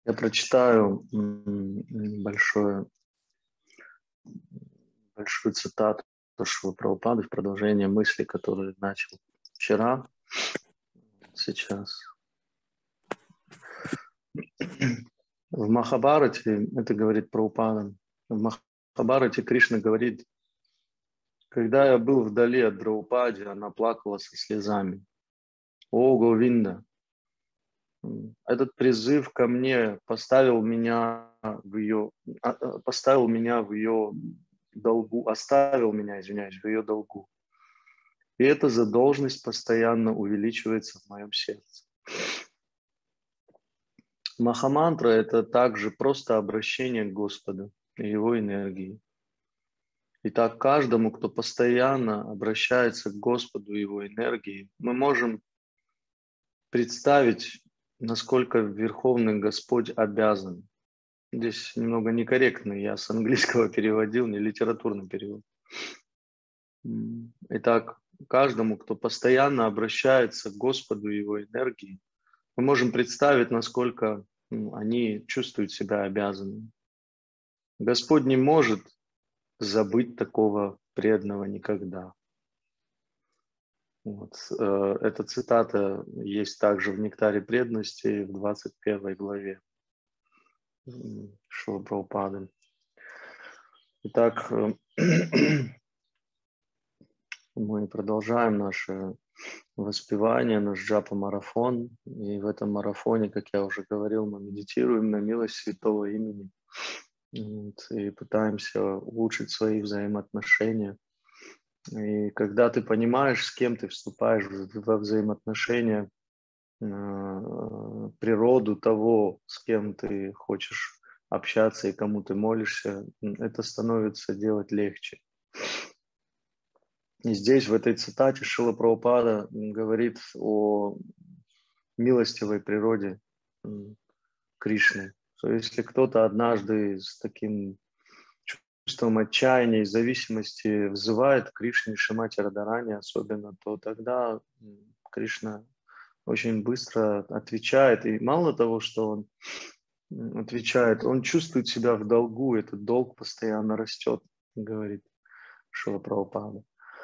Я прочитаю большую цитату Шрилы Прабхупады в продолжение мысли, которые начал вчера, сейчас. В Махабхарате, это говорит Прабхупада, в Махабхарате Кришна говорит: когда я был вдали от Драупади, она плакала со слезами. О, Говинда! Этот призыв ко мне поставил меня в ее долгу, оставил меня, извиняюсь, в ее долгу. И эта задолженность постоянно увеличивается в моем сердце. Махамантра – это также просто обращение к Господу и Его энергии. Итак, каждому, кто постоянно обращается к Господу и Его энергии, мы можем представить, насколько Верховный Господь обязан. Здесь немного некорректно, я с английского переводил, не литературный перевод. Итак, каждому, кто постоянно обращается к Господу и Его энергии, мы можем представить, насколько они чувствуют себя обязанными. Господь не может забыть такого преданного никогда. Вот. Эта цитата есть также в «Нектаре преданности» в 21 главе Шрилы Прабхупады. Итак, мы продолжаем наше воспевание, наш джапа-марафон. И в этом марафоне, как я уже говорил, мы медитируем на милость святого имени. И пытаемся улучшить свои взаимоотношения. И когда ты понимаешь, с кем ты вступаешь во взаимоотношения, природу того, с кем ты хочешь общаться и кому ты молишься, это становится делать легче. И здесь, в этой цитате, Шрила Прабхупада говорит о милостивой природе Кришны. То есть, если кто-то однажды с таким чувством отчаяния и зависимости взывает к Кришне, Шримати Радхарани особенно, то тогда Кришна очень быстро отвечает. И мало того, что он отвечает, он чувствует себя в долгу, этот долг постоянно растет, говорит Шрила Прабхупада.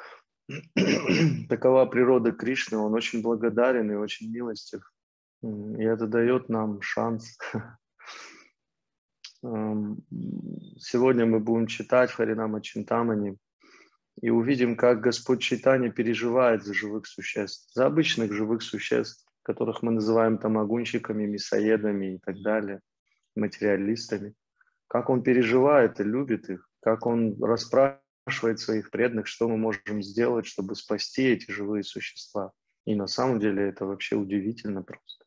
Такова природа Кришны, он очень благодарен и очень милостив. И это дает нам шанс. Сегодня мы будем читать Харинама Чинтамани и увидим, как Господь Чайтанья переживает за живых существ, за обычных живых существ, которых мы называем тамагунщиками, мясоедами и так далее, материалистами. Как Он переживает и любит их, как Он расспрашивает своих преданных, что мы можем сделать, чтобы спасти эти живые существа. И на самом деле это вообще удивительно просто.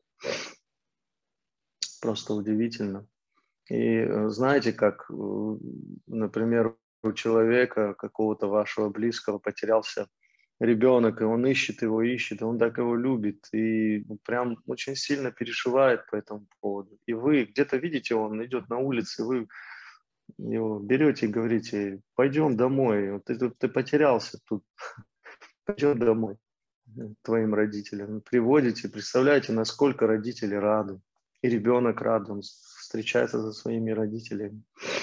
Просто удивительно. И знаете, как, например, у человека, какого-то вашего близкого, потерялся ребенок, и он ищет его, ищет, и он так его любит, и прям очень сильно переживает по этому поводу. И вы где-то видите, он идет на улице, и вы его берете и говорите: пойдем домой, вот ты потерялся тут, пойдем домой твоим родителям. Приводите, представляете, насколько родители рады. И ребенок рад, он встречается со своими родителями.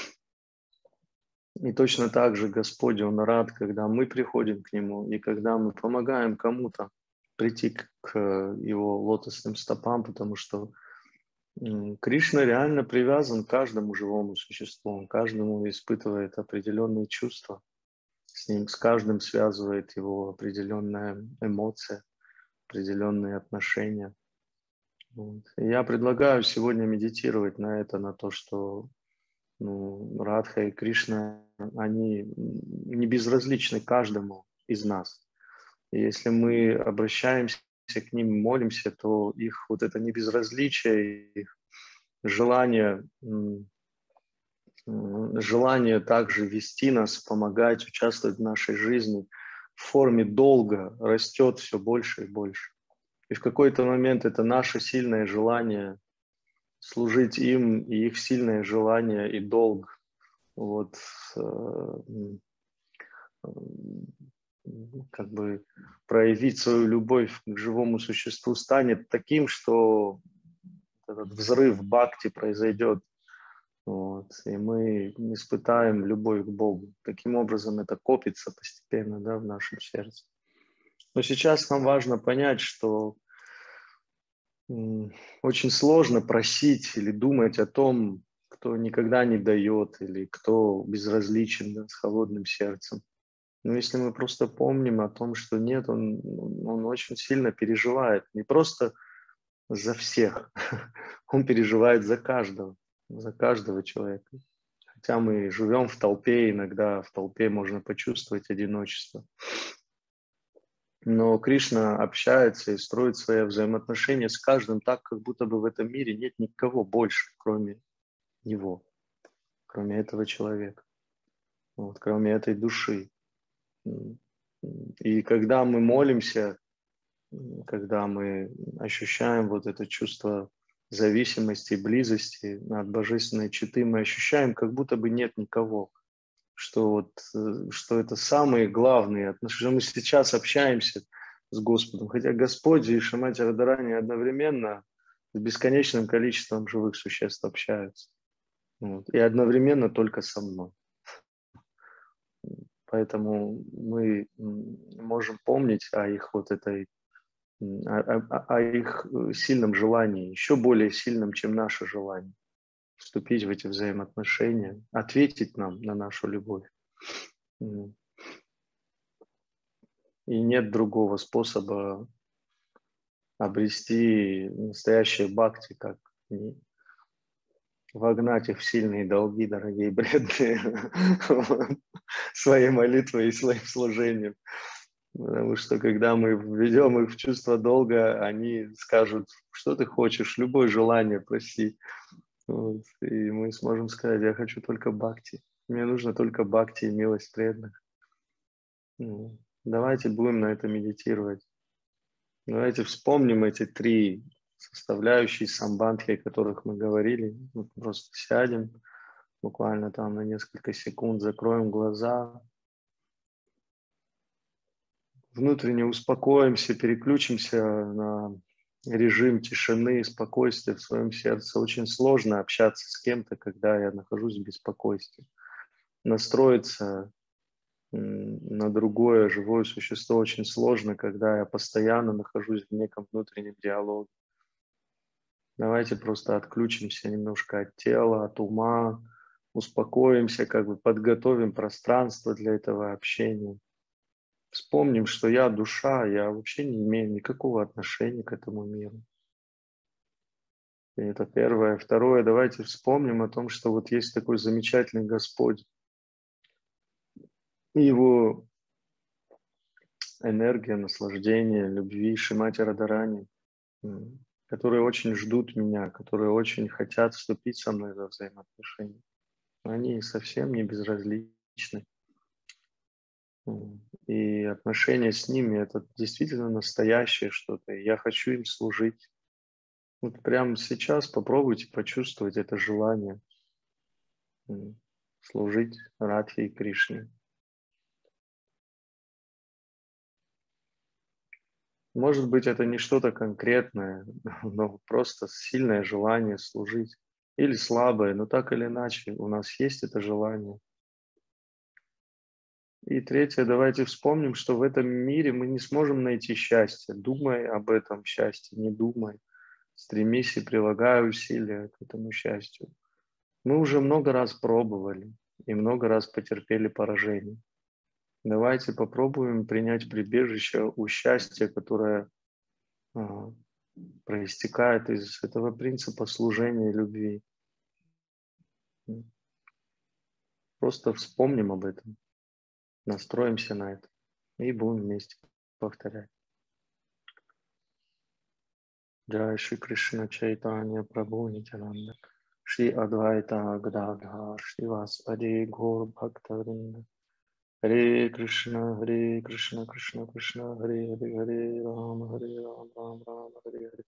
И точно так же Господь, Он рад, когда мы приходим к Нему, и когда мы помогаем кому-то прийти к Его лотосным стопам, потому что Кришна реально привязан к каждому живому существу, он каждому испытывает определенные чувства, с ним, с каждым связывает его определенная эмоция, определенные отношения. Вот. И я предлагаю сегодня медитировать на это, на то, что Радха и Кришна, они не безразличны каждому из нас. И если мы обращаемся к ним, молимся, то их вот это небезразличие, их желание также вести нас, помогать, участвовать в нашей жизни в форме долга растет все больше и больше. И в какой-то момент это наше сильное желание служить им, и их сильное желание и долг вот как бы проявить свою любовь к живому существу станет таким, что этот взрыв бхакти произойдет. Вот, и мы испытаем любовь к Богу. Таким образом это копится постепенно, да, в нашем сердце. Но сейчас нам важно понять, что очень сложно просить или думать о том, кто никогда не дает или кто безразличен, да, с холодным сердцем. Но если мы просто помним о том, что нет, он очень сильно переживает. Не просто за всех, он переживает за каждого человека. Хотя мы живем в толпе, иногда в толпе можно почувствовать одиночество. Но Кришна общается и строит свои взаимоотношения с каждым так, как будто бы в этом мире нет никого больше, кроме него, кроме этого человека, вот, кроме этой души. И когда мы молимся, когда мы ощущаем вот это чувство зависимости, близости от божественной читы, мы ощущаем, как будто бы нет никого, что это самые главные отношения. Мы сейчас общаемся с Господом, хотя Господь и Шримати Радхарани одновременно с бесконечным количеством живых существ общаются. Вот, и одновременно только со мной. Поэтому мы можем помнить о их вот этой, о их сильном желании, еще более сильном, чем наше желание, вступить в эти взаимоотношения, ответить нам на нашу любовь. И нет другого способа обрести настоящее бхакти, как вогнать их в сильные долги, дорогие бредные, своей молитвой и своим служением. Потому что когда мы введем их в чувство долга, они скажут, что ты хочешь, любое желание проси. Вот. И мы сможем сказать, я хочу только бхакти. Мне нужно только бхакти и милость преданных. Давайте будем на это медитировать. Давайте вспомним эти три составляющие самбандхи, о которых мы говорили. Мы просто сядем, буквально там на несколько секунд, закроем глаза, внутренне успокоимся, переключимся на режим тишины, спокойствия в своем сердце. Очень сложно общаться с кем-то, когда я нахожусь в беспокойстве. Настроиться на другое живое существо очень сложно, когда я постоянно нахожусь в неком внутреннем диалоге. Давайте просто отключимся немножко от тела, от ума, успокоимся, как бы подготовим пространство для этого общения. Вспомним, что я душа, я вообще не имею никакого отношения к этому миру. И это первое. Второе, давайте вспомним о том, что вот есть такой замечательный Господь. И его энергия, наслаждение, любви, Шримати Радхарани, которые очень ждут меня, которые очень хотят вступить со мной во взаимоотношения. Они совсем не безразличны. И отношения с ними – это действительно настоящее что-то. И я хочу им служить. Вот прямо сейчас попробуйте почувствовать это желание служить Радхе и Кришне. Может быть, это не что-то конкретное, но просто сильное желание служить. Или слабое, но так или иначе у нас есть это желание. И третье, давайте вспомним, что в этом мире мы не сможем найти счастье. Думай об этом счастье, не думай. Стремись и прилагай усилия к этому счастью. Мы уже много раз пробовали и много раз потерпели поражение. Давайте попробуем принять прибежище у счастья, которое проистекает из этого принципа служения и любви. Просто вспомним об этом, настроимся на это и будем вместе повторять. Джай Шри Кришна Чайтанья Прабху Нитянанда Шри Адвайта Гададхар Шри Васпади Гор Бхактавринда Харе Кришна Кришна Кришна Харе Харе Харе Рама Рама Рама Харе Харе